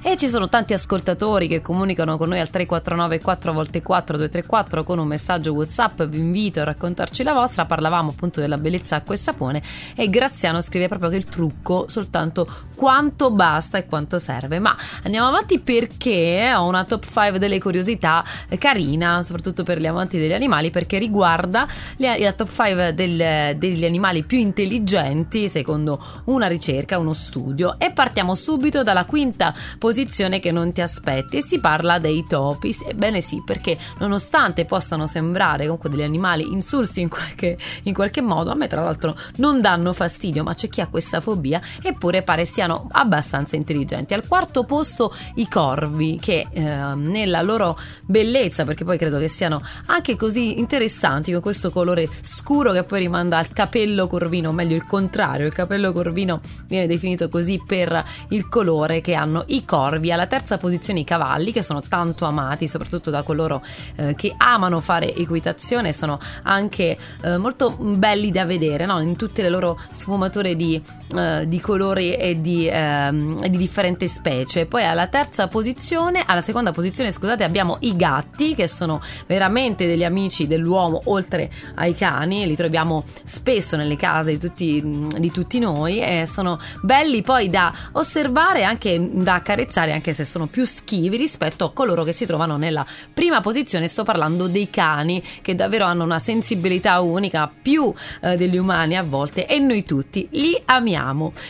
e ci sono tanti ascoltatori che comunicano con noi al 349 4x4 234 con un messaggio WhatsApp. Vi invito a raccontarci la vostra. Parlavamo appunto della bellezza acqua e sapone e Graziano scrive proprio che il trucco soltanto quanto basta e quanto serve. Ma andiamo avanti perché ho una top 5 delle curiosità carina, soprattutto per gli amanti degli animali, perché riguarda la top 5 degli animali più intelligenti secondo una ricerca, uno studio, e partiamo subito dalla quinta posizione che non ti aspetti, e si parla dei topi. Ebbene sì, perché nonostante possano sembrare comunque degli animali insulsi in qualche modo, a me tra l'altro non danno fastidio, ma c'è chi ha questa fobia, eppure pare siano abbastanza intelligenti. Al quarto posto i corvi, che nella loro bellezza, perché poi credo che siano anche così interessanti, con questo colore scuro che poi rimanda al capello corvino, o meglio il contrario, il capello corvino viene definito così per il colore che hanno i corvi. Alla terza posizione i cavalli, che sono tanto amati soprattutto da coloro che amano fare equitazione, sono anche molto belli da vedere, no? In tutte le loro sfumature di colori e di differenti specie. Poi alla seconda posizione scusate, abbiamo i gatti, che sono veramente degli amici dell'uomo oltre ai cani, li troviamo spesso nelle case di tutti noi, e sono belli poi da osservare, anche da accarezzare, anche se sono più schivi rispetto a coloro che si trovano nella prima posizione. Sto parlando dei cani, che davvero hanno una sensibilità unica, più degli umani a volte, e noi tutti li amiamo.